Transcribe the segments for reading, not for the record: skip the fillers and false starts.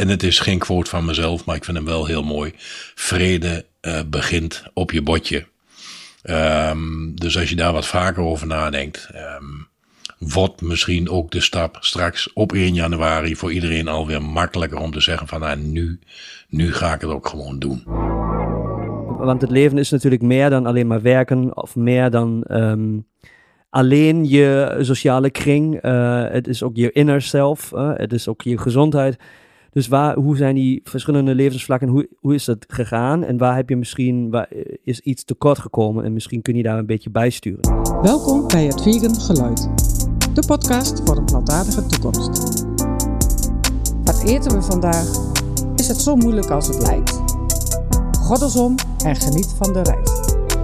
En het is geen quote van mezelf, maar ik vind hem wel heel mooi. Vrede begint op je bordje. Dus als je daar wat vaker over nadenkt, wordt misschien ook de stap straks op 1 januari voor iedereen alweer makkelijker om te zeggen van nu ga ik het ook gewoon doen. Want het leven is natuurlijk meer dan alleen maar werken of meer dan alleen je sociale kring. Het is ook je inner self, het is ook je gezondheid. Dus hoe zijn die verschillende levensvlakken, hoe is dat gegaan? En waar is iets tekort gekomen en misschien kun je daar een beetje bijsturen. Welkom bij het Vegan Geluid. De podcast voor een plantaardige toekomst. Wat eten we vandaag? Is het zo moeilijk als het lijkt? Goddelsom en geniet van de reis.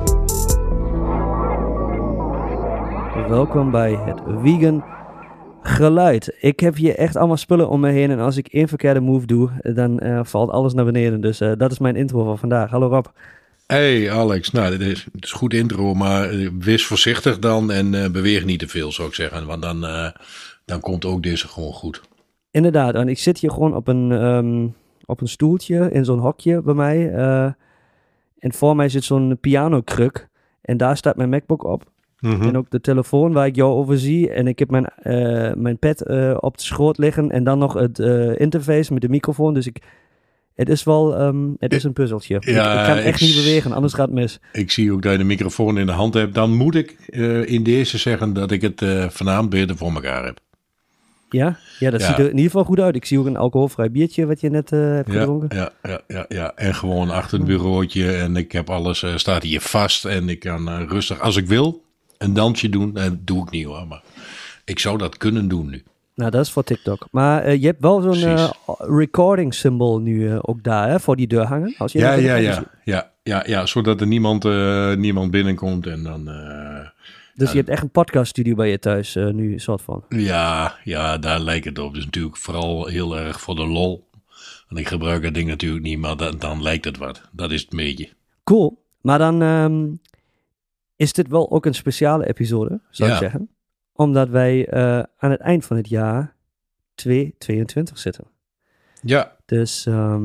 Welkom bij het Vegan Geluid. Ik heb hier echt allemaal spullen om me heen en als ik één verkeerde move doe, dan valt alles naar beneden. Dus dat is mijn intro van vandaag. Hallo Rob. Hey Alex, nou het is goed intro, maar wees voorzichtig dan en beweeg niet te veel zou ik zeggen. Want dan komt ook deze gewoon goed. Inderdaad, en ik zit hier gewoon op een stoeltje in zo'n hokje bij mij. En voor mij zit zo'n pianokruk en daar staat mijn MacBook op. Mm-hmm. En ook de telefoon waar ik jou over zie. En ik heb mijn pad op de schoot liggen. En dan nog het interface met de microfoon. Dus het is wel is een puzzeltje. Ja, ik kan echt niet bewegen, anders gaat het mis. Ik zie ook dat je de microfoon in de hand hebt. Dan moet ik in deze zeggen dat ik het vanavond beter voor elkaar heb. Ja, dat ziet er in ieder geval goed uit. Ik zie ook een alcoholvrij biertje wat je net hebt gedronken. Ja. En gewoon achter het bureautje. En ik heb alles, staat hier vast. En ik kan rustig, als ik wil, een dansje doen. Dat doe ik niet hoor, maar ik zou dat kunnen doen nu. Nou, dat is voor TikTok. Maar je hebt wel zo'n recording symbool nu ook daar, hè, voor die deur hangen. Als je ja, zodat er niemand binnenkomt en dan... Dus je hebt echt een podcaststudio bij je thuis nu, soort van. Ja, daar lijkt het op. Dus natuurlijk vooral heel erg voor de lol. En ik gebruik dat ding natuurlijk niet, maar dan lijkt het wat. Dat is het beetje. Cool. Maar dan is dit wel ook een speciale episode, zou ik zeggen. Omdat wij aan het eind van het jaar 2022 zitten. Ja. Dus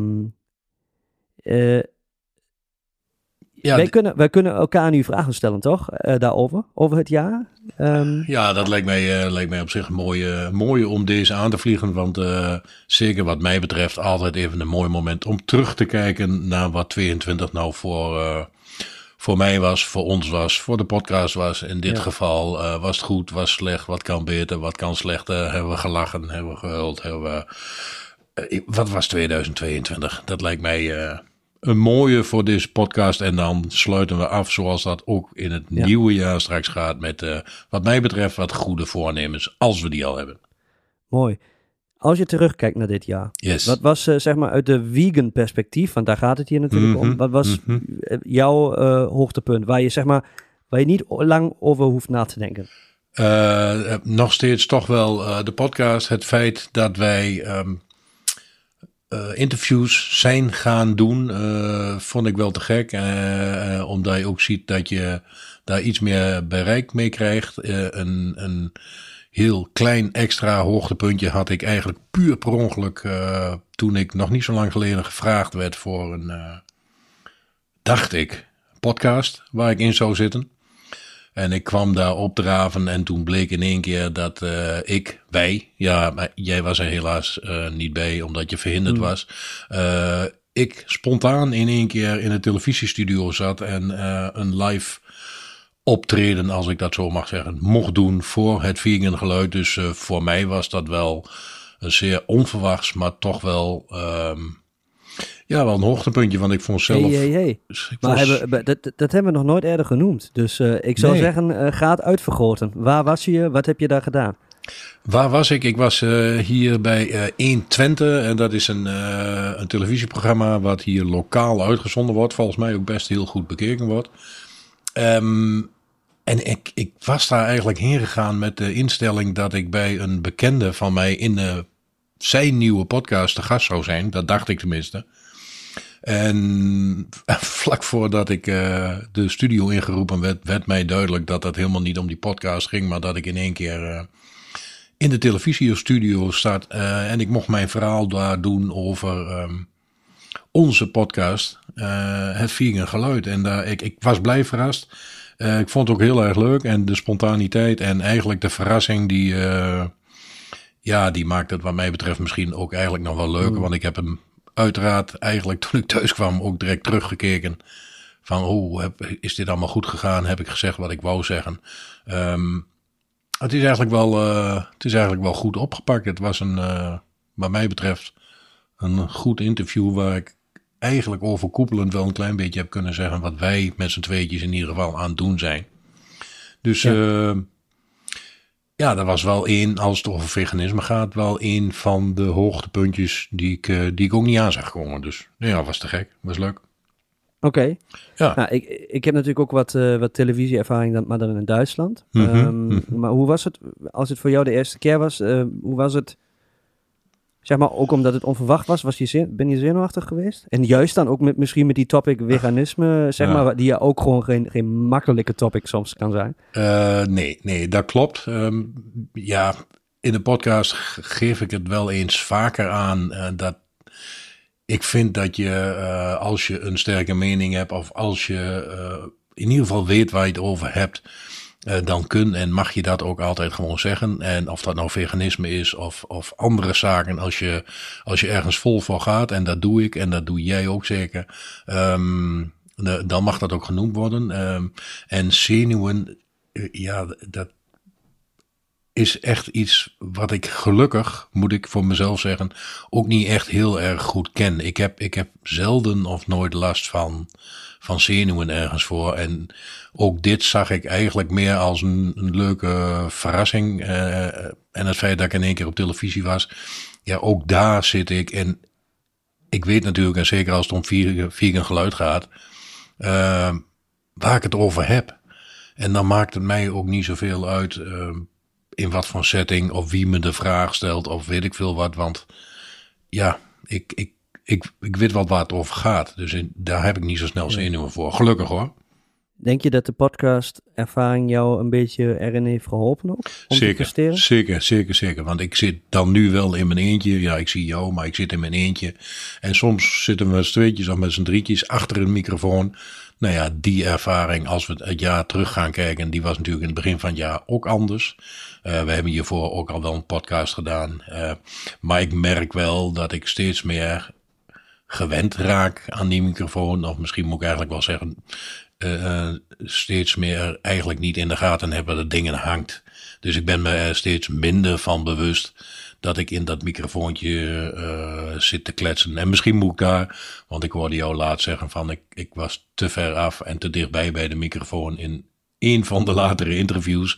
wij kunnen elkaar nu vragen stellen, toch? Daarover, over het jaar. Ja, dat lijkt mij op zich mooi om deze aan te vliegen. Want zeker wat mij betreft altijd even een mooi moment om terug te kijken naar wat 22 nou voor mij was, voor ons was, voor de podcast was. In dit geval was het goed, was slecht, wat kan beter, wat kan slechter. Hebben we gelachen, hebben we gehuild, wat was 2022? Dat lijkt mij een mooie voor deze podcast. En dan sluiten we af zoals dat ook in het nieuwe jaar straks gaat met wat mij betreft wat goede voornemens, als we die al hebben. Mooi. Als je terugkijkt naar dit jaar, wat was zeg maar uit de vegan perspectief, want daar gaat het hier natuurlijk om. Wat was jouw hoogtepunt waar je niet lang over hoeft na te denken? Nog steeds toch wel de podcast. Het feit dat wij interviews zijn gaan doen, vond ik wel te gek. Omdat je ook ziet dat je daar iets meer bereik mee krijgt. Een heel klein extra hoogtepuntje had ik eigenlijk puur per ongeluk toen ik nog niet zo lang geleden gevraagd werd voor een, dacht ik, podcast waar ik in zou zitten. En ik kwam daar opdraven en toen bleek in één keer dat maar jij was er helaas niet bij omdat je verhinderd was. Ik spontaan in één keer in een televisiestudio zat en een live optreden, als ik dat zo mag zeggen, mocht doen voor het Vegan Geluid. Dus voor mij was dat wel een zeer onverwachts, maar toch wel wel een hoogtepuntje, want ik vond zelf... Maar dat hebben we nog nooit eerder genoemd. Dus ik zou zeggen, ga het uitvergroten. Waar was je? Wat heb je daar gedaan? Waar was ik? Ik was hier bij 1 Twente. En dat is een televisieprogramma wat hier lokaal uitgezonden wordt. Volgens mij ook best heel goed bekeken wordt. En ik was daar eigenlijk heen gegaan met de instelling dat ik bij een bekende van mij in zijn nieuwe podcast te gast zou zijn. Dat dacht ik tenminste. En vlak voordat ik de studio ingeroepen werd mij duidelijk dat het helemaal niet om die podcast ging, maar dat ik in één keer in de televisiestudio staat. En ik mocht mijn verhaal daar doen over onze podcast, Het Vegan Geluid. En ik was blij verrast. Ik vond het ook heel erg leuk. En de spontaniteit en eigenlijk de verrassing die maakt het wat mij betreft misschien ook eigenlijk nog wel leuker. Want ik heb hem uiteraard eigenlijk toen ik thuis kwam ook direct teruggekeken. Van is dit allemaal goed gegaan? Heb ik gezegd wat ik wou zeggen? Het is eigenlijk wel goed opgepakt. Het was wat mij betreft een goed interview waar ik eigenlijk overkoepelend wel een klein beetje heb kunnen zeggen wat wij met z'n tweetjes in ieder geval aan het doen zijn. Dus dat was wel als het over veganisme gaat, wel een van de hoogtepuntjes die ik ook niet aan zag komen. Dus ja, was te gek. Was leuk. Oké. Ja. Nou, ik heb natuurlijk ook wat televisieervaring, maar dan in Duitsland. Maar hoe was het, als het voor jou de eerste keer was, hoe was het, zeg maar, ook omdat het onverwacht was, ben je zenuwachtig geweest? En juist dan ook misschien met die topic veganisme, zeg maar, die ja ook gewoon geen makkelijke topic soms kan zijn. Nee, dat klopt. In de podcast geef ik het wel eens vaker aan dat ik vind dat je, als je een sterke mening hebt of als je in ieder geval weet waar je het over hebt, dan kun en mag je dat ook altijd gewoon zeggen. En of dat nou veganisme is of andere zaken, als je ergens vol voor gaat, en dat doe ik en dat doe jij ook zeker, dan mag dat ook genoemd worden. En zenuwen, dat is echt iets wat ik gelukkig, moet ik voor mezelf zeggen, ook niet echt heel erg goed ken. Ik heb zelden of nooit last van zenuwen ergens voor. En ook dit zag ik eigenlijk meer als een leuke verrassing. En het feit dat ik in één keer op televisie was, ja, ook daar zit ik. En ik weet natuurlijk, en zeker als het om vegan geluid gaat, waar ik het over heb. En dan maakt het mij ook niet zoveel uit in wat voor setting of wie me de vraag stelt of weet ik veel wat. Want ja, ik weet wel waar het over gaat. Dus daar heb ik niet zo snel zenuwen voor. Gelukkig hoor. Denk je dat de podcast-ervaring jou een beetje erin heeft geholpen ook? Om te presteren? Zeker. Want ik zit dan nu wel in mijn eentje. Ja, ik zie jou, maar ik zit in mijn eentje. En soms zitten we met z'n tweetjes of met z'n drietjes achter een microfoon. Nou ja, die ervaring, als we het jaar terug gaan kijken, die was natuurlijk in het begin van het jaar ook anders. We hebben hiervoor ook al wel een podcast gedaan. Maar ik merk wel dat ik steeds meer gewend raak aan die microfoon. Of misschien moet ik eigenlijk wel zeggen, steeds meer eigenlijk niet in de gaten heb waar de dingen hangt. Dus ik ben me er steeds minder van bewust dat ik in dat microfoontje zit te kletsen. En misschien moet ik daar, want ik hoorde jou laatst zeggen van ik was te ver af en te dichtbij bij de microfoon in een van de latere interviews.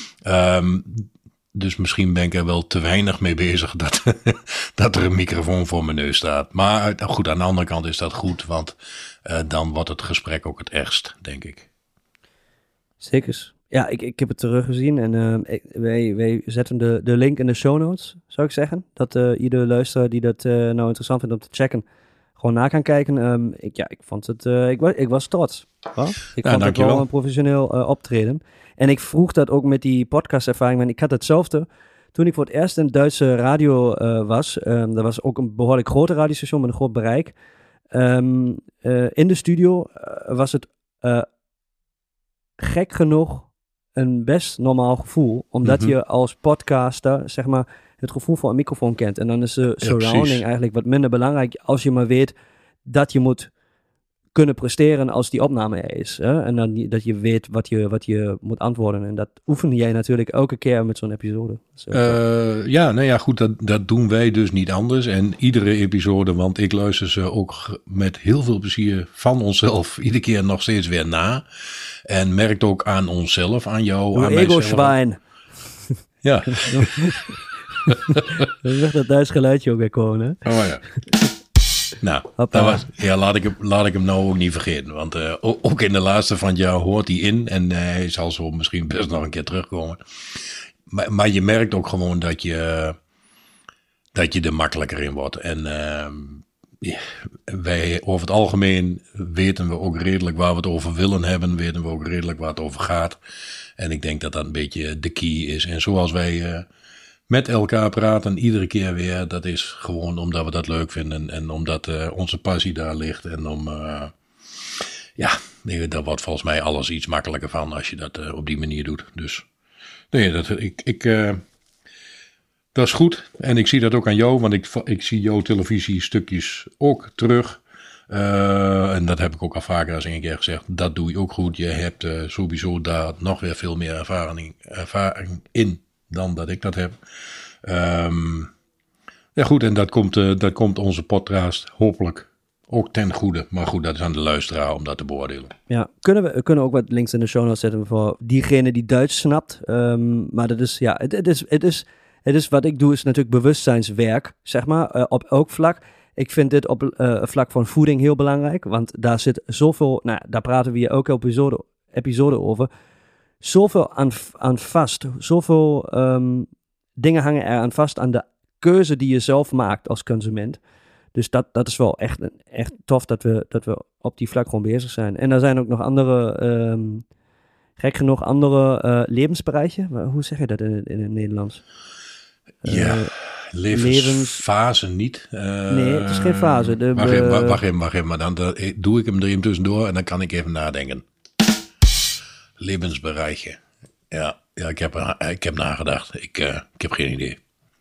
Dus misschien ben ik er wel te weinig mee bezig dat er een microfoon voor mijn neus staat. Maar goed, aan de andere kant is dat goed, want dan wordt het gesprek ook het ergst, denk ik. Zeker. Ja, ik heb het teruggezien en wij zetten de link in de show notes, zou ik zeggen. Dat iedere luisteraar die dat nou interessant vindt om te checken, gewoon na kan kijken. Ik vond het, ik was trots. Ik vond het wel een professioneel optreden. En ik vroeg dat ook met die podcastervaring, want ik had hetzelfde. Toen ik voor het eerst in Duitse radio was, dat was ook een behoorlijk grote radiostation met een groot bereik. In de studio was het gek genoeg een best normaal gevoel. Omdat je als podcaster, zeg maar, het gevoel van een microfoon kent. En dan is de surrounding eigenlijk wat minder belangrijk als je maar weet dat je moet kunnen presteren als die opname er is. Hè? En dan dat je weet wat je moet antwoorden. En dat oefen jij natuurlijk elke keer met zo'n episode. Goed, dat doen wij dus niet anders. En iedere episode, want ik luister ze ook met heel veel plezier van onszelf iedere keer nog steeds weer na. En merkt ook aan onszelf, aan jou, aan ego-zwijn. Ja. Dan zegt dat Duits geluidje ook weer komen, hè? Oh ja. Nou, laat ik hem nou ook niet vergeten. Want ook in de laatste van het jaar hoort hij in. En hij zal zo misschien best nog een keer terugkomen. Maar je merkt ook gewoon dat je er makkelijker in wordt. En wij over het algemeen weten we ook redelijk waar we het over willen hebben. Weten we ook redelijk waar het over gaat. En ik denk dat dat een beetje de key is. En zoals wij met elkaar praten, iedere keer weer. Dat is gewoon omdat we dat leuk vinden en omdat onze passie daar ligt. En daar wordt volgens mij alles iets makkelijker van als je dat op die manier doet. Dus nee, dat is goed. En ik zie dat ook aan jou, want ik zie jouw televisiestukjes ook terug. En dat heb ik ook al vaker als een keer gezegd. Dat doe je ook goed. Je hebt sowieso daar nog weer veel meer ervaring in dan dat ik dat heb. Ja goed, en dat komt onze podcast hopelijk ook ten goede. Maar goed, dat is aan de luisteraar om dat te beoordelen. Ja, we kunnen ook wat links in de show notes zetten voor diegene die Duits snapt. Maar dat is, ja, het is wat ik doe is natuurlijk bewustzijnswerk, zeg maar, op elk vlak. Ik vind dit op vlak van voeding heel belangrijk, want daar zit zoveel, daar praten we hier elke episode over, zoveel aan vast. Zoveel dingen hangen er aan vast aan de keuze die je zelf maakt als consument. Dus dat is wel echt tof dat we op die vlak gewoon bezig zijn. En er zijn ook nog andere, gek genoeg, andere levensbereichen. Hoe zeg je dat in het Nederlands? Levensfase niet. Nee, het is geen fase. Wacht even, maar dan doe ik hem er even tussendoor en dan kan ik even nadenken. Levensbereichen. Ja, ik heb nagedacht. Ik heb geen idee.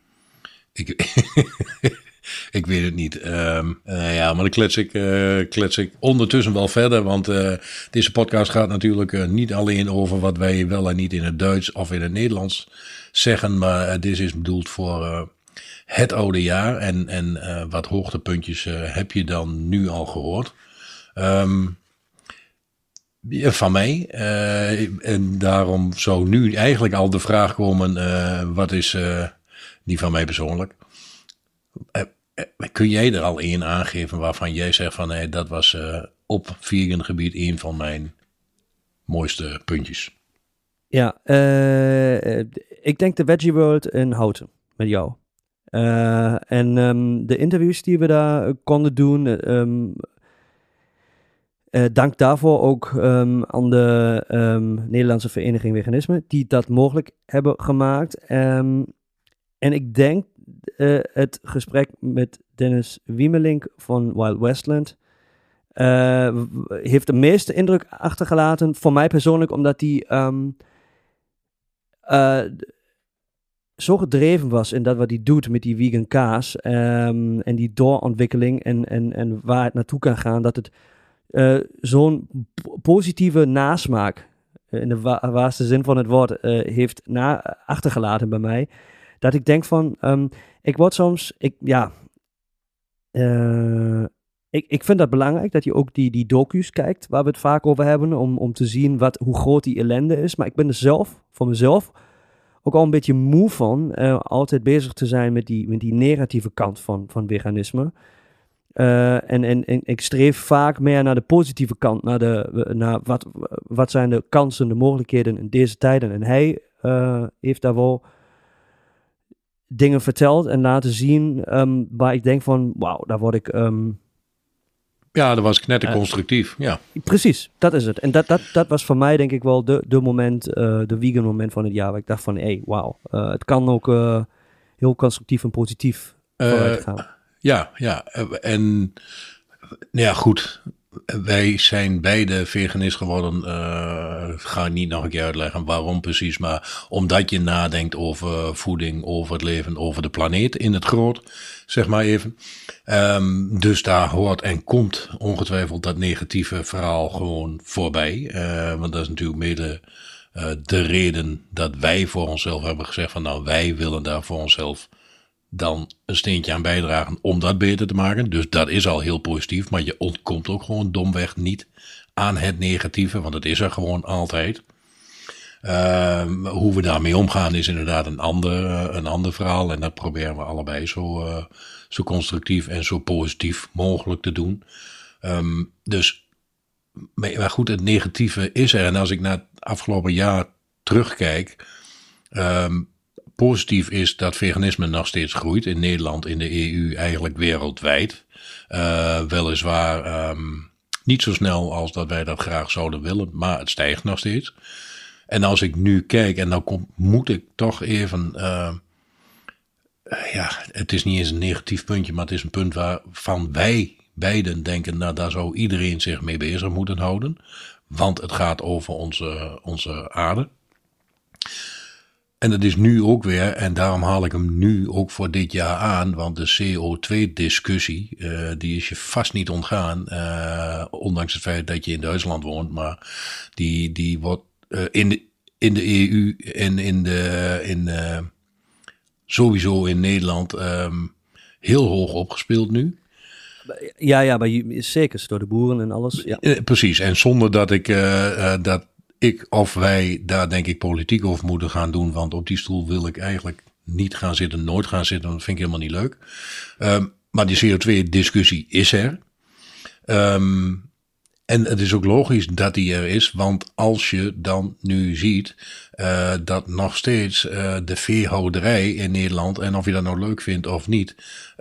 Ik weet het niet. Maar dan klets ik ondertussen wel verder. Want deze podcast gaat natuurlijk niet alleen over wat wij wel en niet in het Duits of in het Nederlands zeggen. Maar dit is bedoeld voor het oude jaar. En wat hoogtepuntjes heb je dan nu al gehoord. Van mij. En daarom zou nu eigenlijk al de vraag komen. Wat is die van mij persoonlijk? Kun jij er al één aangeven waarvan jij zegt van dat was op vegan gebied een van mijn mooiste puntjes? Ja, ik denk de Veggie World in Houten met jou. En de interviews die we daar konden doen, dank daarvoor ook aan de Nederlandse Vereniging Veganisme, die dat mogelijk hebben gemaakt. En ik denk het gesprek met Dennis Wiemelink van Wild Westland heeft de meeste indruk achtergelaten voor mij persoonlijk, omdat hij zo gedreven was in dat wat hij doet met die vegan kaas en die doorontwikkeling en waar het naartoe kan gaan, dat het zo'n positieve nasmaak in de waarste zin van het woord heeft achtergelaten bij mij. Dat ik denk van, ik word soms, ik vind dat belangrijk dat je ook die docu's kijkt waar we het vaak over hebben, om te zien hoe groot die ellende is. Maar ik ben er zelf, voor mezelf, ook al een beetje moe van altijd bezig te zijn met die negatieve kant van veganisme. En ik streef vaak meer naar de positieve kant, naar wat zijn de kansen, de mogelijkheden in deze tijden. En hij heeft daar wel dingen verteld en laten zien waar ik denk van, wauw, daar word ik... ja, dat was knetterconstructief, ja. Precies, dat is het. En dat was voor mij denk ik wel de moment, de vegan moment van het jaar, waar ik dacht van, wauw, het kan ook heel constructief en positief vooruit gaan. Ja, en ja, goed. Wij zijn beide veganist geworden. Ga ik niet nog een keer uitleggen waarom precies. Maar omdat je nadenkt over voeding, over het leven, over de planeet in het groot. Zeg maar even. Dus daar hoort en komt ongetwijfeld dat negatieve verhaal gewoon voorbij. Want dat is natuurlijk mede de reden dat wij voor onszelf hebben gezegd van nou, wij willen daar voor onszelf dan een steentje aan bijdragen om dat beter te maken. Dus dat is al heel positief, maar je ontkomt ook gewoon domweg niet aan het negatieve, want het is er gewoon altijd. Hoe we daarmee omgaan is inderdaad een ander verhaal en dat proberen we allebei zo constructief en zo positief mogelijk te doen. Maar goed, het negatieve is er en als ik naar het afgelopen jaar terugkijk, positief is dat veganisme nog steeds groeit in Nederland, in de EU, eigenlijk wereldwijd. Weliswaar niet zo snel als dat wij dat graag zouden willen, maar het stijgt nog steeds. En als ik nu kijk, en dan moet ik toch even het is niet eens een negatief puntje, maar het is een punt waarvan wij beiden denken, nou, daar zou iedereen zich mee bezig moeten houden. Want het gaat over onze aarde. En dat is nu ook weer, en daarom haal ik hem nu ook voor dit jaar aan, want de CO2-discussie, die is je vast niet ontgaan, ondanks het feit dat je in Duitsland woont, maar die wordt in de EU en sowieso in Nederland heel hoog opgespeeld nu. Ja, maar zeker door de boeren en alles. Ja. Precies, en zonder dat ik of wij daar denk ik politiek over moeten gaan doen, want op die stoel wil ik eigenlijk niet gaan zitten, nooit gaan zitten, dat vind ik helemaal niet leuk. Maar die CO2-discussie is er. En het is ook logisch dat die er is, want als je dan nu ziet dat nog steeds de veehouderij in Nederland, en of je dat nou leuk vindt of niet,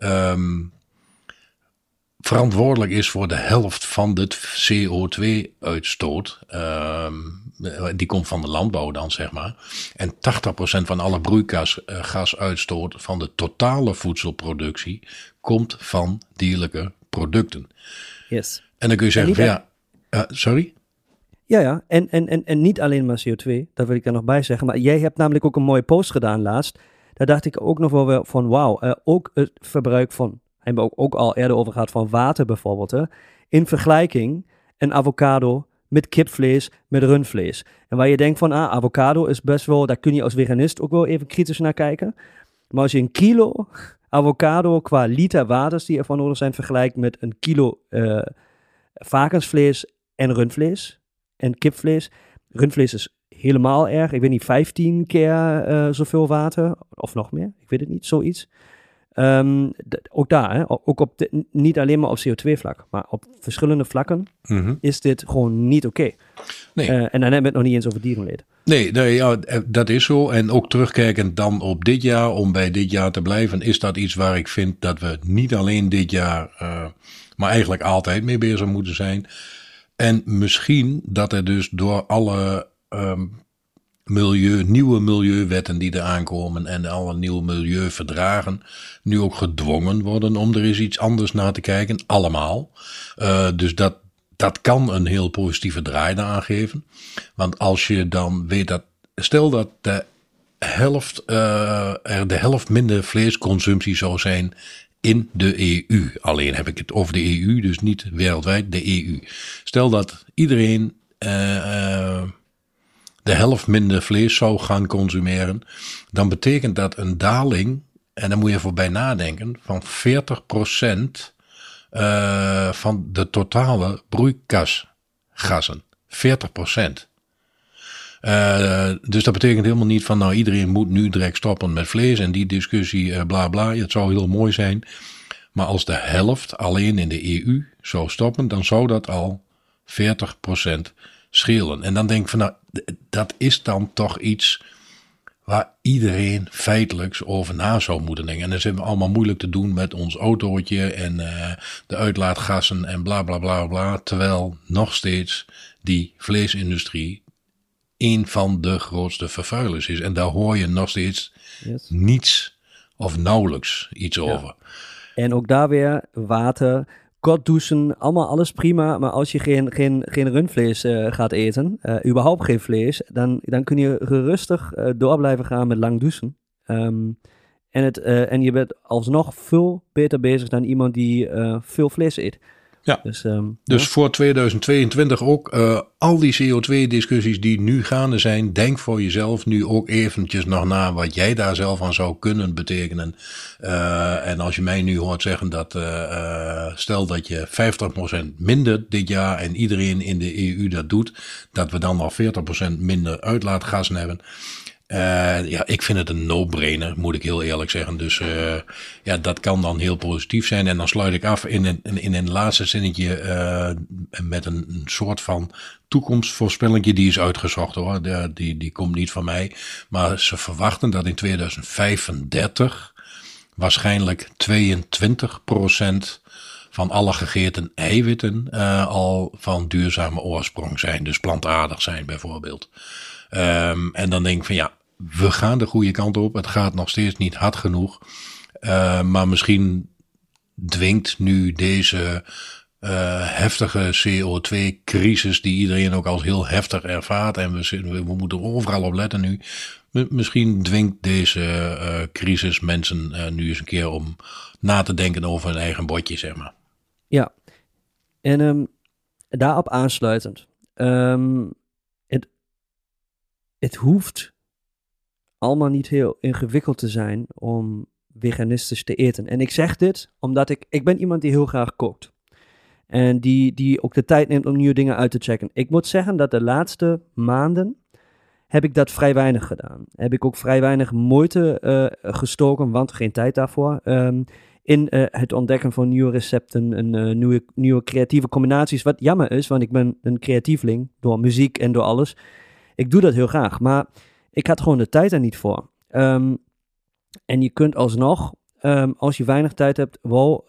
verantwoordelijk is voor de helft van de CO2-uitstoot. Die komt van de landbouw dan, zeg maar. En 80% van alle broeikasgasuitstoot van de totale voedselproductie komt van dierlijke producten. Yes. En dan kun je zeggen, sorry? Ja, en niet alleen maar CO2, dat wil ik er nog bij zeggen. Maar jij hebt namelijk ook een mooie post gedaan laatst. Daar dacht ik ook nog wel van, wauw, ook het verbruik van, hebben we ook al eerder over gehad, van water bijvoorbeeld. Hè? In vergelijking een avocado met kipvlees, met rundvlees. En waar je denkt van, avocado is best wel, daar kun je als veganist ook wel even kritisch naar kijken. Maar als je een kilo avocado qua liter waters die ervan nodig zijn vergelijkt met een kilo varkensvlees en rundvlees en kipvlees. Rundvlees is helemaal erg. Ik weet niet, 15 keer zoveel water of nog meer. Ik weet het niet, zoiets. Ook daar, hè? Ook niet alleen maar op CO2-vlak, maar op verschillende vlakken is dit gewoon niet oké. Nee. En dan hebben we het nog niet eens over dierenleed. Nee, ja, dat is zo. En ook terugkijkend dan op dit jaar, om bij dit jaar te blijven, is dat iets waar ik vind dat we niet alleen dit jaar, maar eigenlijk altijd mee bezig moeten zijn. En misschien dat er dus door alle nieuwe milieuwetten die er aankomen en alle nieuwe milieuverdragen nu ook gedwongen worden om er eens iets anders naar te kijken. Allemaal. Dus dat kan een heel positieve draai aangeven. Want als je dan weet dat, stel dat er de helft minder vleesconsumptie zou zijn in de EU. Alleen heb ik het over de EU, dus niet wereldwijd, de EU. Stel dat iedereen de helft minder vlees zou gaan consumeren, dan betekent dat een daling, en daar moet je voorbij nadenken, van 40% van de totale broeikasgassen. 40%. Dus dat betekent helemaal niet van, nou, iedereen moet nu direct stoppen met vlees en die discussie bla bla. Het zou heel mooi zijn. Maar als de helft alleen in de EU zou stoppen, dan zou dat al 40% schelen. En dan denk ik van, nou, dat is dan toch iets waar iedereen feitelijk over na zou moeten denken. En dat is allemaal moeilijk te doen met ons autootje en de uitlaatgassen en bla bla bla bla. Terwijl nog steeds die vleesindustrie een van de grootste vervuilers is. En daar hoor je nog steeds niets of nauwelijks iets over. En ook daar weer water, kort douchen, allemaal alles prima. Maar als je geen rundvlees gaat eten, überhaupt geen vlees, dan kun je rustig door blijven gaan met lang douchen. En je bent alsnog veel beter bezig dan iemand die veel vlees eet. Ja, dus voor 2022 ook al die CO2-discussies die nu gaande zijn, denk voor jezelf nu ook eventjes nog na wat jij daar zelf aan zou kunnen betekenen. En als je mij nu hoort zeggen dat stel dat je 50% minder dit jaar en iedereen in de EU dat doet, dat we dan al 40% minder uitlaatgassen hebben. Ik vind het een no-brainer, moet ik heel eerlijk zeggen. Dus dat kan dan heel positief zijn. En dan sluit ik af in een laatste zinnetje met een soort van toekomstvoorspellingje. Die is uitgezocht hoor, die komt niet van mij. Maar ze verwachten dat in 2035 waarschijnlijk 22% van alle gegeten eiwitten al van duurzame oorsprong zijn. Dus plantaardig zijn bijvoorbeeld. En dan denk ik van we gaan de goede kant op. Het gaat nog steeds niet hard genoeg. Maar misschien dwingt nu deze heftige CO2-crisis, die iedereen ook als heel heftig ervaart, en we moeten overal op letten nu. Misschien dwingt deze crisis mensen nu eens een keer om na te denken over hun eigen bordje, zeg maar. Ja, en daarop aansluitend. Het hoeft allemaal niet heel ingewikkeld te zijn om veganistisch te eten. En ik zeg dit omdat ik ben iemand die heel graag kookt. En die ook de tijd neemt om nieuwe dingen uit te checken. Ik moet zeggen dat de laatste maanden heb ik dat vrij weinig gedaan. Heb ik ook vrij weinig moeite gestoken, want geen tijd daarvoor. In het ontdekken van nieuwe recepten en nieuwe creatieve combinaties. Wat jammer is, want ik ben een creatieveling door muziek en door alles. Ik doe dat heel graag, maar ik had gewoon de tijd er niet voor. En je kunt alsnog, als je weinig tijd hebt, wel,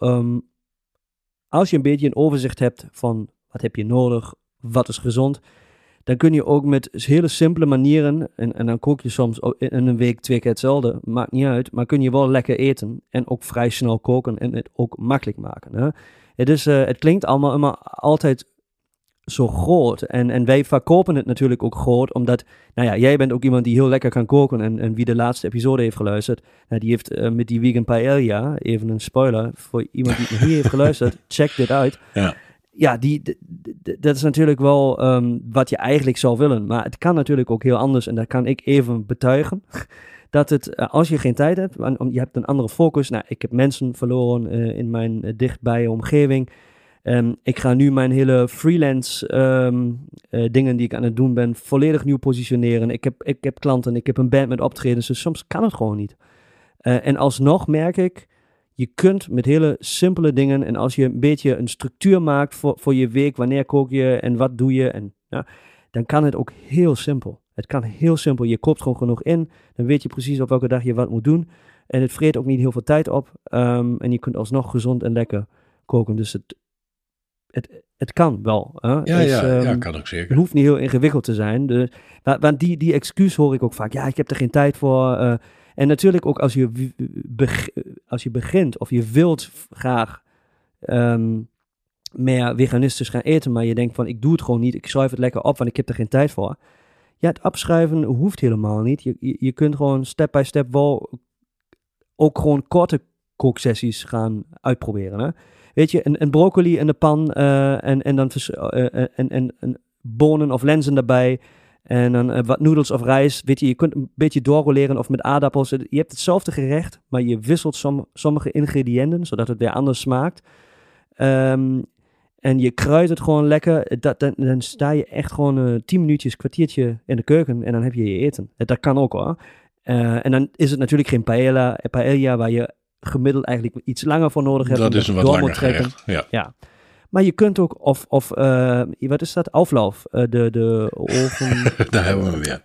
als je een beetje een overzicht hebt van wat heb je nodig, wat is gezond, dan kun je ook met hele simpele manieren, en dan kook je soms in een week 2 keer hetzelfde, maakt niet uit, maar kun je wel lekker eten en ook vrij snel koken en het ook makkelijk maken. Hè? Het klinkt allemaal immer altijd zo groot. En wij verkopen het natuurlijk ook groot, omdat, nou ja, jij bent ook iemand die heel lekker kan koken en wie de laatste episode heeft geluisterd, die heeft met die vegan paella, even een spoiler, voor iemand die het nog niet heeft geluisterd, check dit uit. Ja, dat is natuurlijk wel wat je eigenlijk zou willen, maar het kan natuurlijk ook heel anders en dat kan ik even betuigen. Dat het, als je geen tijd hebt, je hebt een andere focus. Nou, ik heb mensen verloren in mijn dichtbij omgeving. Ik ga nu mijn hele freelance dingen die ik aan het doen ben, volledig nieuw positioneren. Ik heb klanten, ik heb een band met optredens, dus soms kan het gewoon niet. En alsnog merk ik, je kunt met hele simpele dingen, en als je een beetje een structuur maakt voor je week, wanneer kook je en wat doe je, en dan kan het ook heel simpel. Het kan heel simpel. Je koopt gewoon genoeg in, dan weet je precies op welke dag je wat moet doen. En het vreet ook niet heel veel tijd op. En je kunt alsnog gezond en lekker koken. Dus het kan wel. Ja, kan ook zeker. Het hoeft niet heel ingewikkeld te zijn. Want die excuus hoor ik ook vaak. Ja, ik heb er geen tijd voor. En natuurlijk ook als je begint of je wilt graag meer veganistisch gaan eten, maar je denkt van ik doe het gewoon niet. Ik schrijf het lekker op, want ik heb er geen tijd voor. Ja, het opschrijven hoeft helemaal niet. Je kunt gewoon step by step wel ook gewoon korte kooksessies gaan uitproberen. Hè? Weet je, een broccoli in de pan en dan bonen of lenzen erbij. En dan wat noedels of rijst. Weet je kunt een beetje doorrolleren of met aardappels. Je hebt hetzelfde gerecht, maar je wisselt sommige ingrediënten, zodat het weer anders smaakt. En je kruidt het gewoon lekker. Dan sta je echt gewoon 10 minuutjes, kwartiertje in de keuken en dan heb je je eten. Dat kan ook hoor. En dan is het natuurlijk geen paella waar je gemiddeld eigenlijk iets langer voor nodig hebt. Dat is een wat langer gerecht. Ja. Maar je kunt ook, wat is dat? Auflauf. De oven. Daar hebben we hem weer.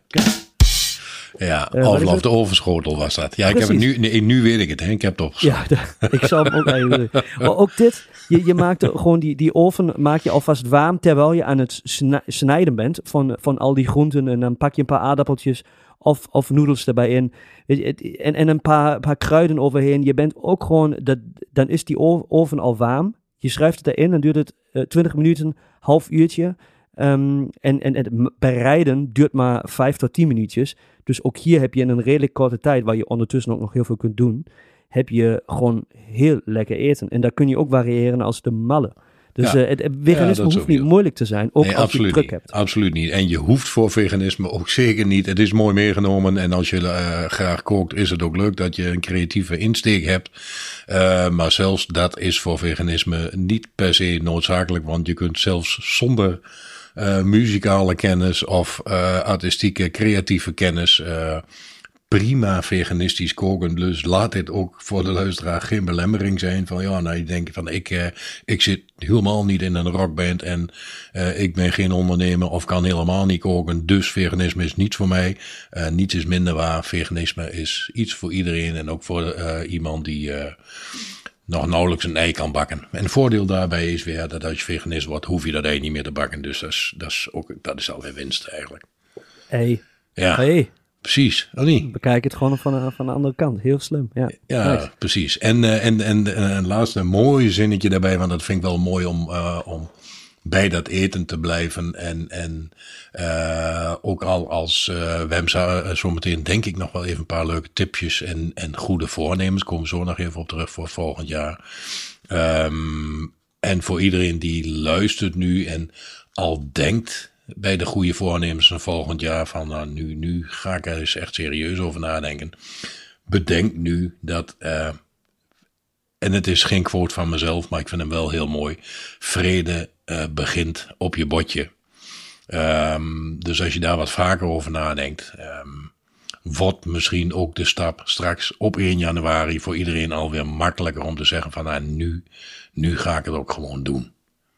Ja, Auflauf, de ovenschotel was dat. Ja, precies. Ik heb het nu weet ik het. Hè? Ik heb het opgeschreven. Ja, ik zou hem ook eigenlijk. Maar ook dit, je maakt gewoon die oven maak je alvast warm terwijl je aan het snijden bent van al die groenten. En dan pak je een paar aardappeltjes of noedels erbij in. En een paar kruiden overheen. Je bent ook gewoon, dan is die oven al warm. Je schuift het erin, dan duurt het 20 minuten, half uurtje. En het bereiden duurt maar 5 tot 10 minuutjes. Dus ook hier heb je in een redelijk korte tijd, waar je ondertussen ook nog heel veel kunt doen, heb je gewoon heel lekker eten. En daar kun je ook variëren als de malle. Dus het veganisme hoeft niet moeilijk te zijn, ook als je druk hebt. Absoluut niet. En je hoeft voor veganisme ook zeker niet. Het is mooi meegenomen en als je graag kookt, is het ook leuk dat je een creatieve insteek hebt. Maar zelfs dat is voor veganisme niet per se noodzakelijk, want je kunt zelfs zonder muzikale kennis of artistieke, creatieve kennis prima veganistisch koken. Dus laat dit ook voor de luisteraar geen belemmering zijn van je denkt van ik zit helemaal niet in een rockband en ik ben geen ondernemer of kan helemaal niet koken. Dus veganisme is niets voor mij. Niets is minder waar. Veganisme is iets voor iedereen en ook voor iemand die nog nauwelijks een ei kan bakken. En het voordeel daarbij is weer dat als je veganist wordt, hoef je dat ei niet meer te bakken. Dus dat is alweer winst eigenlijk. Hey. Ja. Hey. precies. Oh, niet? Bekijk het gewoon van de andere kant. Heel slim. Ja, nice. Precies. En een laatste mooi zinnetje daarbij, want dat vind ik wel mooi om bij dat eten te blijven. En ook al als we hebben zo meteen denk ik nog wel even een paar leuke tipjes en goede voornemens. Komen we zo nog even op terug voor volgend jaar. En voor iedereen die luistert nu en al denkt bij de goede voornemens van volgend jaar van nou, nu ga ik er eens echt serieus over nadenken. Bedenk nu dat, en het is geen quote van mezelf, maar ik vind hem wel heel mooi. Vrede begint op je bordje. Dus als je daar wat vaker over nadenkt, wordt misschien ook de stap straks op 1 januari voor iedereen alweer makkelijker om te zeggen van nou, nu ga ik het ook gewoon doen.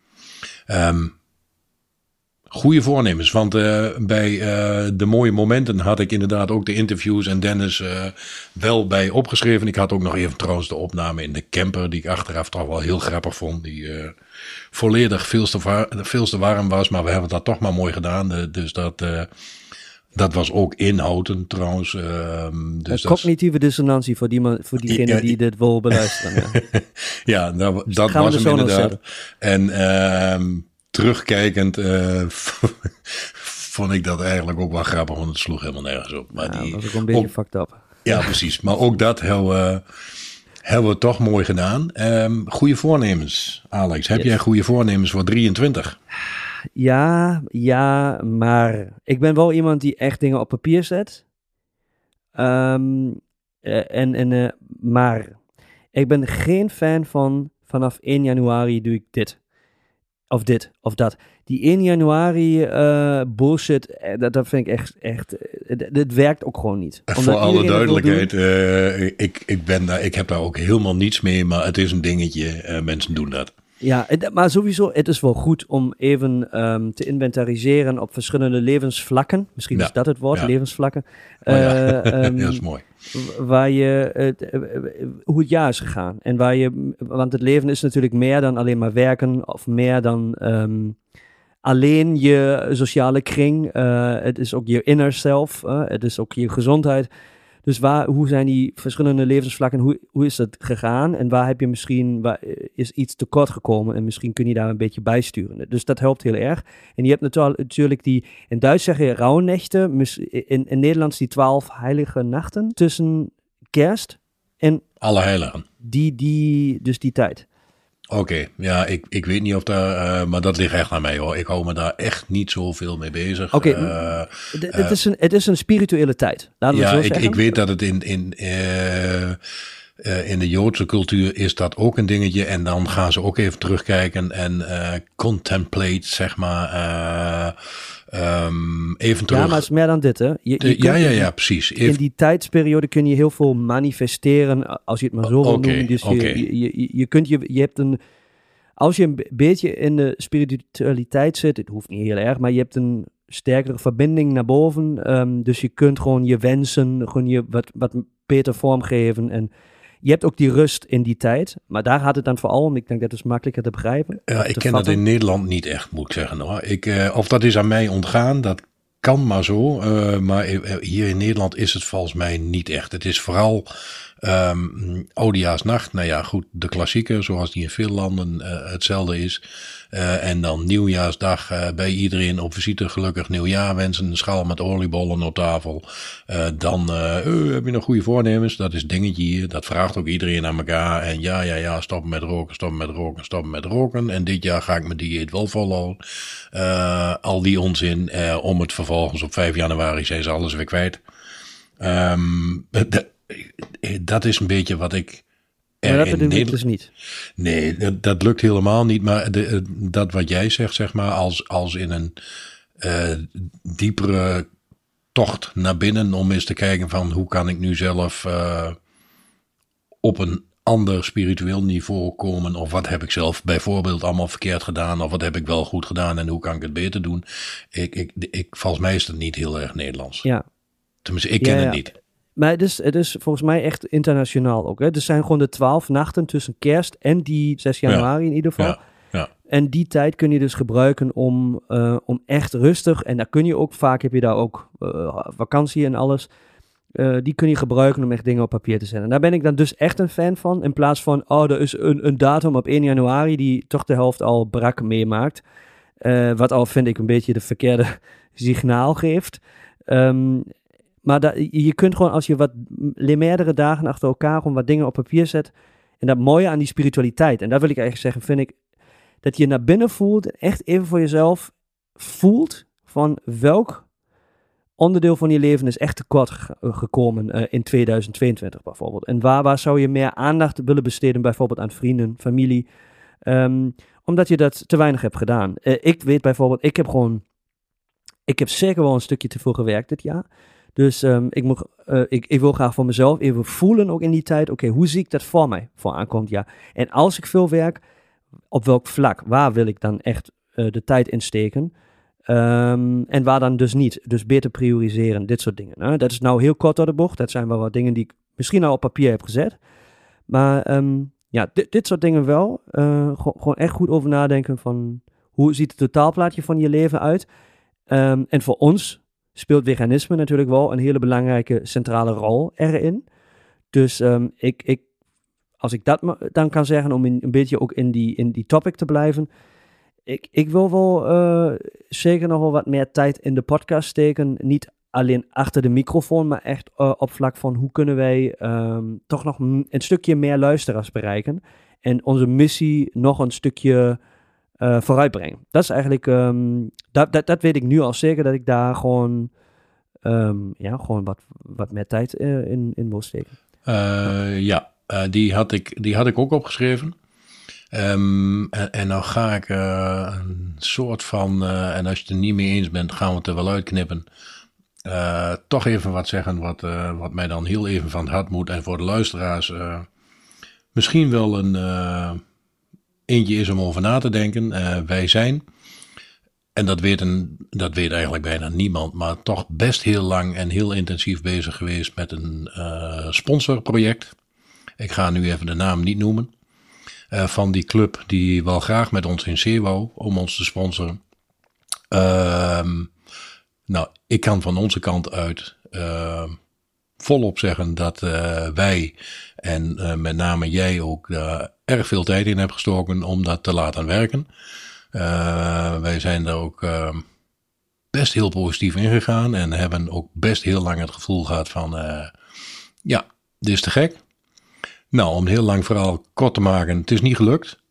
Goede voornemens, want bij de mooie momenten had ik inderdaad ook de interviews en Dennis wel bij opgeschreven. Ik had ook nog even trouwens de opname in de camper die ik achteraf toch wel heel grappig vond. Die volledig veel te warm was, maar we hebben dat toch maar mooi gedaan. Dus dat was ook inhouden trouwens. Dus cognitieve dissonantie voor diegene die dit wil beluisteren. Ja, dat was hem inderdaad. En terugkijkend vond ik dat eigenlijk ook wel grappig, want het sloeg helemaal nergens op. Maar dat was ook een beetje fucked up. Ja, precies. Maar ook dat hebben we toch mooi gedaan. Goede voornemens, Alex. Heb jij goede voornemens voor 23? Ja, maar ik ben wel iemand die echt dingen op papier zet. Maar ik ben geen fan van vanaf 1 januari doe ik dit. Of dat. Die 1 januari bullshit, dat vind ik echt het werkt ook gewoon niet. Voor alle duidelijkheid, ik heb daar ook helemaal niets mee, maar het is een dingetje, mensen doen dat. Ja, maar sowieso, het is wel goed om even te inventariseren op verschillende levensvlakken. Misschien is dat het woord, levensvlakken. Dat is mooi. Waar hoe het jaar is gegaan. En want het leven is natuurlijk meer dan alleen maar werken of meer dan alleen je sociale kring. Het is ook je inner self, het is ook je gezondheid. Dus hoe zijn die verschillende levensvlakken, hoe is dat gegaan? En waar is iets tekort gekomen en misschien kun je daar een beetje bijsturen. Dus dat helpt heel erg. En je hebt natuurlijk in Duits zeg je rauwnechten, in Nederlands die 12 heilige nachten tussen kerst en Allerheiligen. Dus die tijd. Oké, ja, ik weet niet of daar, maar dat ligt echt aan mij hoor. Ik hou me daar echt niet zoveel mee bezig. Oké, het is een spirituele tijd. Laten we het zo zeggen. Ik weet dat het in de Joodse cultuur is dat ook een dingetje. En dan gaan ze ook even terugkijken en contemplate, zeg maar. Even terug. Ja, maar het is meer dan dit, hè? Ja, precies. In die tijdsperiode kun je heel veel manifesteren, als je het maar zo wil noemen. Dus als je een beetje in de spiritualiteit zit, het hoeft niet heel erg, maar je hebt een sterkere verbinding naar boven. Dus je kunt gewoon je wensen, gewoon je wat beter vormgeven. En je hebt ook die rust in die tijd. Maar daar gaat het dan vooral om. Ik denk dat is makkelijker te begrijpen. Ja, ik ken dat in Nederland niet echt, moet ik zeggen hoor. Of dat is aan mij ontgaan, dat kan maar zo. Maar hier in Nederland is het volgens mij niet echt. Het is vooral Oudejaarsnacht. Nou ja, goed, de klassieker, zoals die in veel landen hetzelfde is. En dan Nieuwjaarsdag bij iedereen op visite gelukkig nieuwjaar wensen. Een schaal met oliebollen op tafel. Dan heb je nog goede voornemens. Dat is dingetje hier. Dat vraagt ook iedereen aan elkaar. En ja, stoppen met roken. En dit jaar ga ik mijn dieet wel volhouden. Al die onzin. Om het vervolgens op 5 januari zijn ze alles weer kwijt. Dat is een beetje wat ik... Maar dat bedoel ik dus niet. Nee, dat lukt helemaal niet. Maar dat wat jij zegt, zeg maar, als in een diepere tocht naar binnen om eens te kijken van hoe kan ik nu zelf op een ander spiritueel niveau komen, of wat heb ik zelf bijvoorbeeld allemaal verkeerd gedaan, of wat heb ik wel goed gedaan en hoe kan ik het beter doen. Volgens mij is dat niet heel erg Nederlands. Ja. Tenminste, ik ken het niet. Maar het is volgens mij echt internationaal ook. Hè? Er zijn gewoon de 12 nachten tussen kerst en die 6 januari in ieder geval. Ja. Ja. En die tijd kun je dus gebruiken om echt rustig, en daar kun je ook, vaak heb je daar ook vakantie en alles, die kun je gebruiken om echt dingen op papier te zetten. En daar ben ik dan dus echt een fan van, in plaats van, er is een datum op 1 januari die toch de helft al brak meemaakt. Wat al, vind ik, een beetje de verkeerde signaal geeft. Maar je kunt gewoon, als je wat meerdere dagen achter elkaar gewoon wat dingen op papier zet, en dat mooie aan die spiritualiteit, en daar wil ik eigenlijk zeggen, vind ik, dat je naar binnen voelt, echt even voor jezelf voelt van welk onderdeel van je leven is echt tekort gekomen in 2022 bijvoorbeeld. En waar zou je meer aandacht willen besteden, bijvoorbeeld aan vrienden, familie, omdat je dat te weinig hebt gedaan. Ik weet bijvoorbeeld, ik heb zeker wel een stukje te veel gewerkt dit jaar. Dus ik wil graag voor mezelf even voelen, ook in die tijd, oké, hoe zie ik dat voor mij voor aankomend jaar? En als ik veel werk, op welk vlak? Waar wil ik dan echt de tijd in steken? En waar dan dus niet? Dus beter prioriseren, dit soort dingen. Nou, dat is nou heel kort door de bocht. Dat zijn wel wat dingen die ik misschien al op papier heb gezet. Maar dit soort dingen wel. Gewoon echt goed over nadenken van hoe ziet het totaalplaatje van je leven uit? En voor ons speelt veganisme natuurlijk wel een hele belangrijke centrale rol erin. Dus als ik dat dan kan zeggen, om een beetje ook in die topic te blijven. Ik wil wel zeker nog wel wat meer tijd in de podcast steken. Niet alleen achter de microfoon, maar echt op vlak van hoe kunnen wij toch nog een stukje meer luisteraars bereiken. En onze missie nog een stukje vooruitbrengen. Dat is eigenlijk, dat weet ik nu al zeker, dat ik daar gewoon wat meer tijd in wil steken. Die had ik ook opgeschreven. En nou ga ik een soort van, en als je het er niet mee eens bent, gaan we het er wel uitknippen. Toch even wat zeggen wat mij dan heel even van het hart moet. En voor de luisteraars misschien wel een eentje is om over na te denken. Wij zijn, en dat weet eigenlijk bijna niemand, maar toch best heel lang en heel intensief bezig geweest met een sponsorproject. Ik ga nu even de naam niet noemen. Van die club die wel graag met ons in zee wou om ons te sponsoren. Ik kan van onze kant uit volop zeggen dat wij en met name jij ook erg veel tijd in hebt gestoken om dat te laten werken. Wij zijn daar ook best heel positief in gegaan en hebben ook best heel lang het gevoel gehad van dit is te gek. Nou, om een heel lang verhaal kort te maken, het is niet gelukt.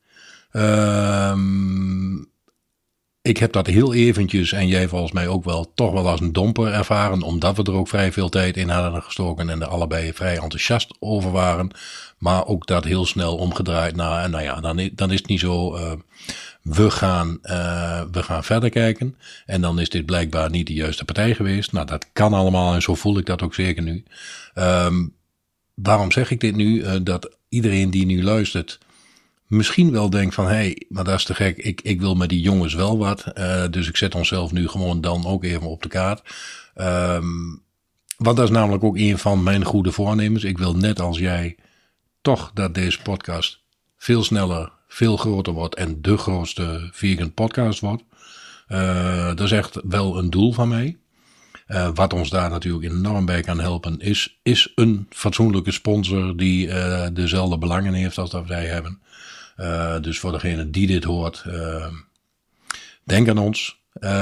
Ik heb dat heel eventjes, en jij volgens mij ook wel, toch wel als een domper ervaren, omdat we er ook vrij veel tijd in hadden gestoken en er allebei vrij enthousiast over waren. Maar ook dat heel snel omgedraaid naar, dan is het niet zo, we gaan verder kijken. En dan is dit blijkbaar niet de juiste partij geweest. Nou, dat kan allemaal en zo voel ik dat ook zeker nu. Waarom zeg ik dit nu? Dat iedereen die nu luistert misschien wel denkt van, maar dat is te gek. Ik wil met die jongens wel wat. Dus ik zet onszelf nu gewoon dan ook even op de kaart. Want dat is namelijk ook een van mijn goede voornemens. Ik wil net als jij toch dat deze podcast veel sneller, veel groter wordt en de grootste vegan podcast wordt. Dat is echt wel een doel van mij. Wat ons daar natuurlijk enorm bij kan helpen is een fatsoenlijke sponsor die dezelfde belangen heeft als dat wij hebben. Dus voor degene die dit hoort, denk aan ons.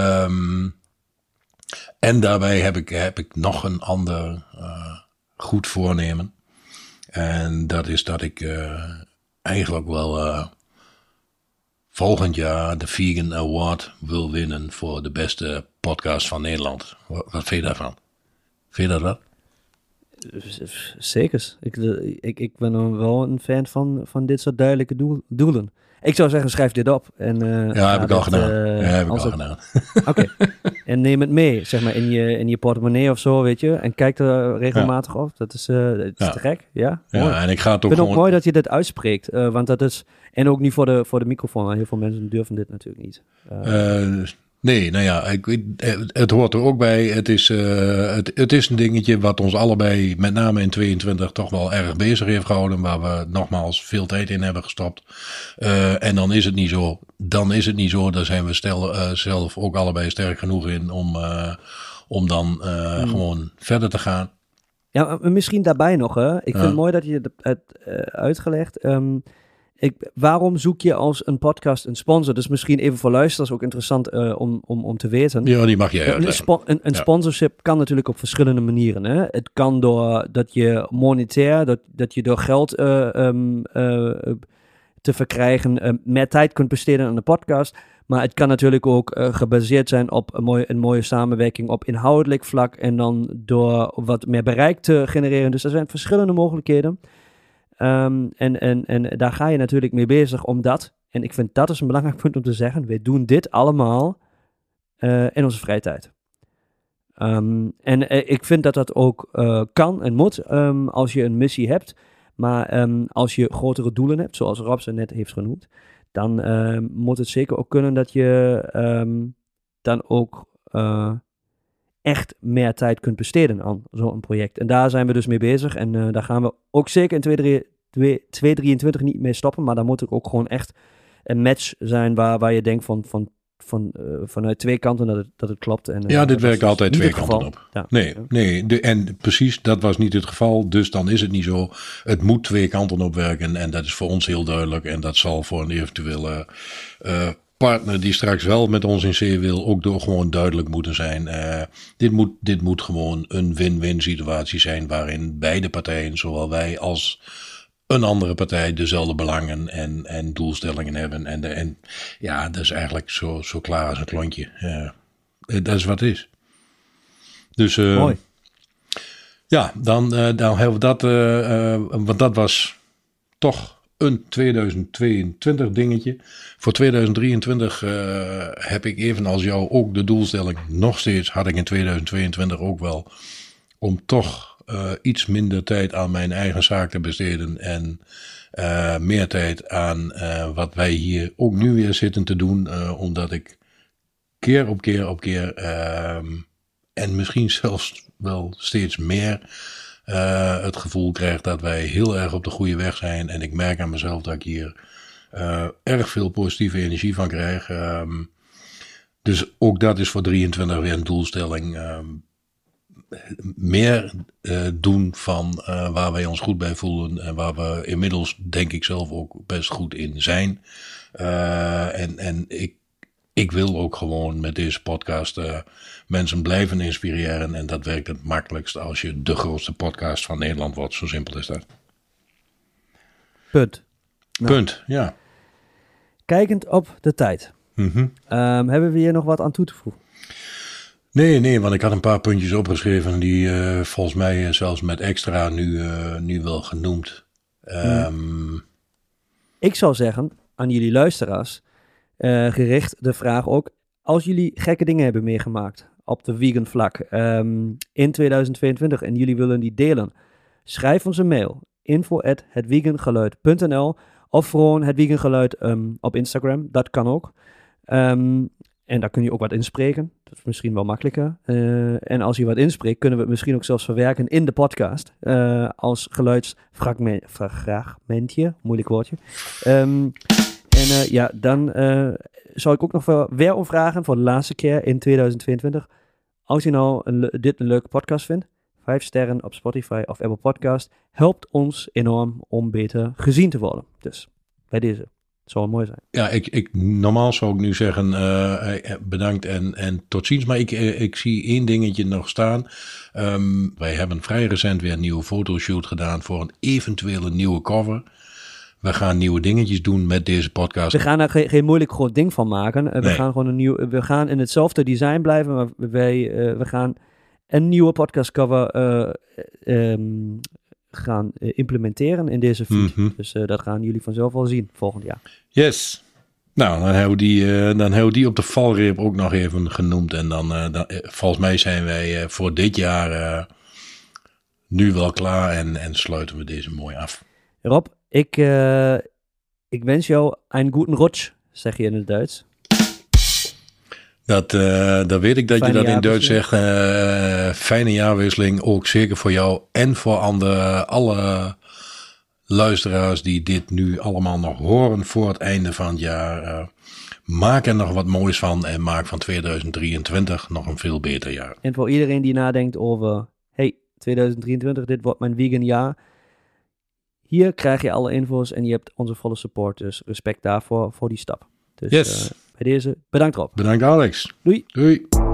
En daarbij heb ik nog een ander goed voornemen. En dat is dat ik eigenlijk wel volgend jaar de Vegan Award wil winnen voor de beste podcast van Nederland. Wat vind je daarvan? Vind je dat wat? Zeker. Ik ben dan wel een fan van dit soort duidelijke doelen. Ik zou zeggen, schrijf dit op. En, heb ik al gedaan. Oké. En neem het mee, zeg maar, in je portemonnee of zo, weet je. En kijk er regelmatig op. Dat is te gek. Ja, en ik ga het ook vind ook mooi dat je dit uitspreekt. Want dat is, en ook niet voor de microfoon. Want heel veel mensen durven dit natuurlijk niet. Nee, het hoort er ook bij. Het is een dingetje wat ons allebei, met name in 22, toch wel erg bezig heeft gehouden. Waar we nogmaals veel tijd in hebben gestopt. En dan is het niet zo dan is het niet zo. Daar zijn we zelf ook allebei sterk genoeg in om dan gewoon verder te gaan. Ja, misschien daarbij nog. Hè? Ik vind het mooi dat je het uitgelegd. Waarom zoek je als een podcast een sponsor? Dus misschien even voor luisteraars ook interessant om te weten. Ja, die mag jij uitleggen. Een sponsorship kan natuurlijk op verschillende manieren. Hè? Het kan door dat je monetair, dat je door geld te verkrijgen meer tijd kunt besteden aan de podcast. Maar het kan natuurlijk ook gebaseerd zijn op een mooie samenwerking op inhoudelijk vlak en dan door wat meer bereik te genereren. Dus er zijn verschillende mogelijkheden. En daar ga je natuurlijk mee bezig om dat. En ik vind dat is een belangrijk punt om te zeggen. We doen dit allemaal in onze vrije tijd. Ik vind dat dat ook kan en moet als je een missie hebt. Maar als je grotere doelen hebt, zoals Rob ze net heeft genoemd, dan moet het zeker ook kunnen dat je dan ook echt meer tijd kunt besteden aan zo'n project. En daar zijn we dus mee bezig. En daar gaan we ook zeker in 2023 niet mee stoppen. Maar dan moet er ook gewoon echt een match zijn waar je denkt vanuit twee kanten dat het klopt. En, dit werkt altijd twee kanten op. Ja. Nee. En precies, dat was niet het geval. Dus dan is het niet zo. Het moet twee kanten op werken. En dat is voor ons heel duidelijk. En dat zal voor een eventuele partner die straks wel met ons in zee wil ook gewoon duidelijk moeten zijn. Dit moet gewoon een win-win situatie zijn waarin beide partijen, zowel wij als een andere partij, dezelfde belangen en doelstellingen hebben. En dat is eigenlijk zo klaar als een klontje. Dat is wat het is. Dus mooi. Ja, dan hebben we dat, want dat was toch een 2022 dingetje. Voor 2023 heb ik evenals jou ook de doelstelling, nog steeds had ik in 2022 ook wel, om toch iets minder tijd aan mijn eigen zaak te besteden en meer tijd aan wat wij hier ook nu weer zitten te doen, omdat ik keer op keer en misschien zelfs wel steeds meer het gevoel krijg dat wij heel erg op de goede weg zijn. En ik merk aan mezelf dat ik hier erg veel positieve energie van krijg. Dus ook dat is voor 23 weer een doelstelling. Meer doen van waar wij ons goed bij voelen en waar we inmiddels denk ik zelf ook best goed in zijn. En ik wil ook gewoon met deze podcast mensen blijven inspireren en dat werkt het makkelijkst als je de grootste podcast van Nederland wordt. Zo simpel is dat. Punt. Punt, ja. Kijkend op de tijd. Hebben we hier nog wat aan toe te voegen? Nee, want ik had een paar puntjes opgeschreven die volgens mij zelfs met extra nu wel genoemd. Ik zou zeggen, aan jullie luisteraars, gericht de vraag ook, als jullie gekke dingen hebben meegemaakt op de vegan vlak in 2022 en jullie willen die delen, schrijf ons een mail, info@hetvegangeluid.nl of gewoon Het Vegan Geluid op Instagram, dat kan ook. En daar kun je ook wat inspreken. Dat is misschien wel makkelijker. En als je wat inspreekt, kunnen we het misschien ook zelfs verwerken in de podcast. Als geluidsfragmentje. Moeilijk woordje. Dan zou ik ook nog weer om vragen voor de laatste keer in 2022. Als je nou dit een leuke podcast vindt, 5 sterren op Spotify of Apple Podcast, helpt ons enorm om beter gezien te worden. Dus bij deze. Het zou mooi zijn. Ja, normaal zou ik nu zeggen bedankt en tot ziens. Maar ik zie één dingetje nog staan. Wij hebben vrij recent weer een nieuwe fotoshoot gedaan voor een eventuele nieuwe cover. We gaan nieuwe dingetjes doen met deze podcast. We gaan er geen moeilijk groot ding van maken. Nee. We gaan in hetzelfde design blijven, maar we gaan een nieuwe podcastcover gaan implementeren in deze feed. Dus dat gaan jullie vanzelf wel zien volgend jaar. Yes. Nou, dan hebben we die op de valreep ook nog even genoemd. En dan volgens mij zijn wij voor dit jaar nu wel klaar en sluiten we deze mooi af. Rob, ik wens jou een guten Rutsch, zeg je in het Duits. Dat weet ik dat je dat in Duits zegt. Fijne jaarwisseling, ook zeker voor jou en voor alle luisteraars die dit nu allemaal nog horen voor het einde van het jaar. Maak er nog wat moois van en maak van 2023 nog een veel beter jaar. En voor iedereen die nadenkt over, 2023, dit wordt mijn vegan jaar. Hier krijg je alle info's en je hebt onze volle support. Dus respect daarvoor, voor die stap. Dus yes. Bij deze, bedankt Rob. Bedankt Alex. Doei. Doei.